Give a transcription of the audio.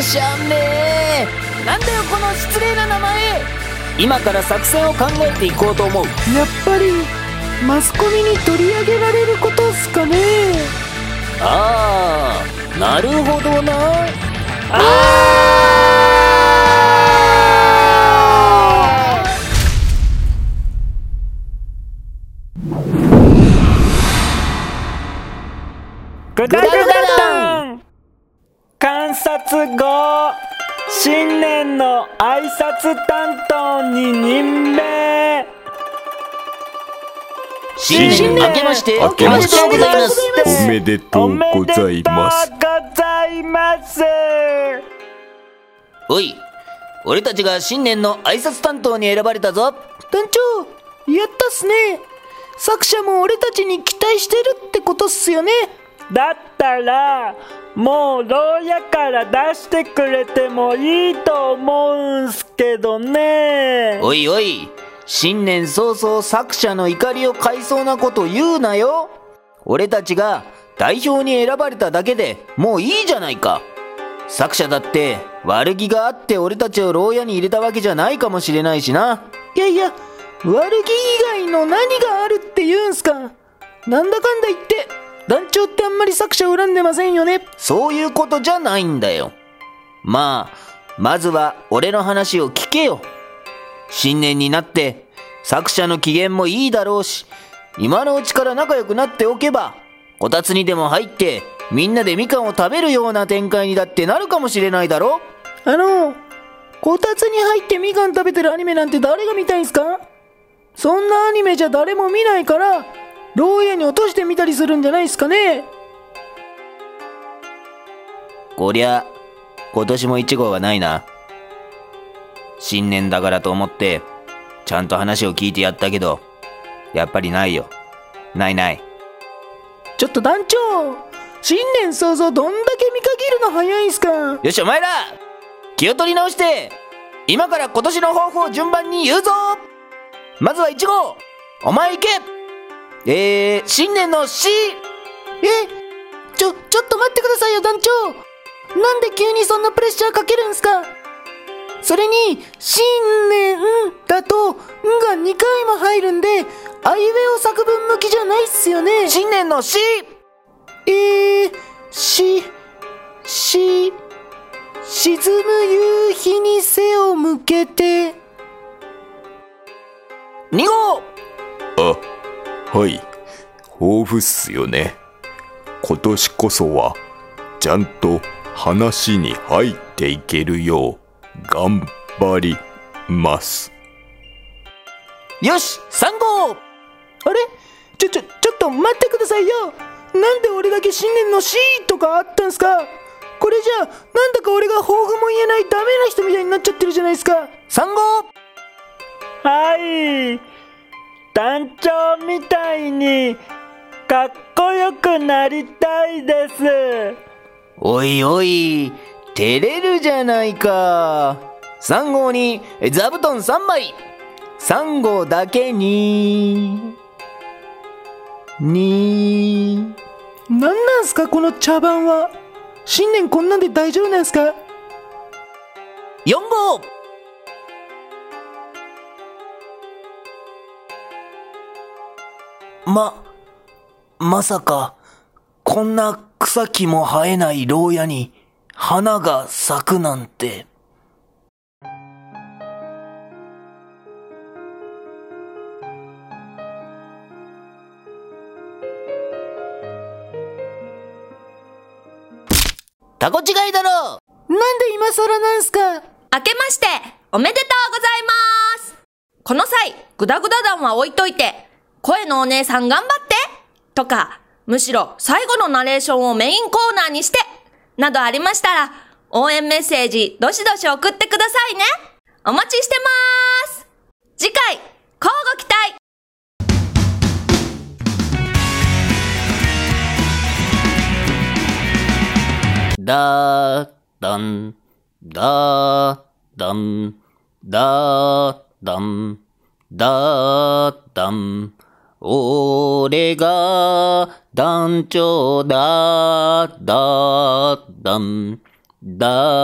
しゃんねえ。なんだよこの失礼な名前。今から作戦を考えていこうと思う。 やっぱりマスコミに取り上げられることっすかね。 ああ、なるほどな。 グダグダダン観察後、新年の挨拶担当に任命。 新年明けましておめでとうございます。 おめでとうございます。 おめでとうございます。 おい、俺たちが新年の挨拶担当に選ばれたぞ。 団長、やったっすね。作者も俺たちに期待してるってことっすよね。 だったらもう牢屋から出してくれてもいいと思うんすけどね。 おいおい、新年早々作者の怒りを買いそうなこと言うなよ。俺たちが代表に選ばれただけでもういいじゃないか。作者だって悪気があって俺たちを牢屋に入れたわけじゃないかもしれないしな。 いやいや、悪気以外の何があるって言うんすか。なんだかんだ言って団長ってあんまり作者を恨んでませんよね。 そういうことじゃないんだよ。まずは俺の話を聞けよ。新年になって作者の機嫌もいいだろうし、今のうちから仲良くなっておけばこたつにでも入ってみんなでみかんを食べるような展開にだってなるかもしれないだろ。 こたつに入ってみかん食べてるアニメなんて誰が見たいんすか。そんなアニメじゃ誰も見ないから牢屋に落としてみたりするんじゃないですかね。 こりゃ今年も1号はないな。新年だからと思ってちゃんと話を聞いてやったけど、やっぱりないよ。ない。 ちょっと団長、新年早々どんだけ見かけるの早いんすか。 よしお前ら、気を取り直して今から今年の抱負を順番に言うぞ。まずは1号、お前行け。新年のし。 ちょっと待ってくださいよ団長。なんで急にそんなプレッシャーかけるんすか。それに新年だと「ん」が2回も入るんで、あいうえお作文向きじゃないっすよね。 新年のし。 沈む夕日に背を向けて。 2号。 はい、抱負っすよね。今年こそはちゃんと話に入っていけるよう頑張ります。 よし3号。 あれ、ちょっと待ってくださいよ。なんで俺だけ新年のしとかあったんすか。これじゃなんだか俺が抱負も言えないダメな人みたいになっちゃってるじゃないですか。 3号。 はい、団長みたいにかっこよくなりたいです。 おいおい、照れるじゃないか。3号に座布団3枚。3号だけになんなんすかこの茶番は。新年こんなんで大丈夫なんすか。 4号。まさかこんな草木も生えない牢屋に花が咲くなんて。タコ違いだろ。 なんで今更なんすか。 明けましておめでとうございます。この際グダグダ団は置いといて、声のお姉さん頑張ってとか、むしろ最後のナレーションをメインコーナーにしてなどありましたら、応援メッセージどしどし送ってくださいね。お待ちしてまーす。次回乞うご期待。 だーだんだーだんだーだんだーだん、俺が団長だだだんだ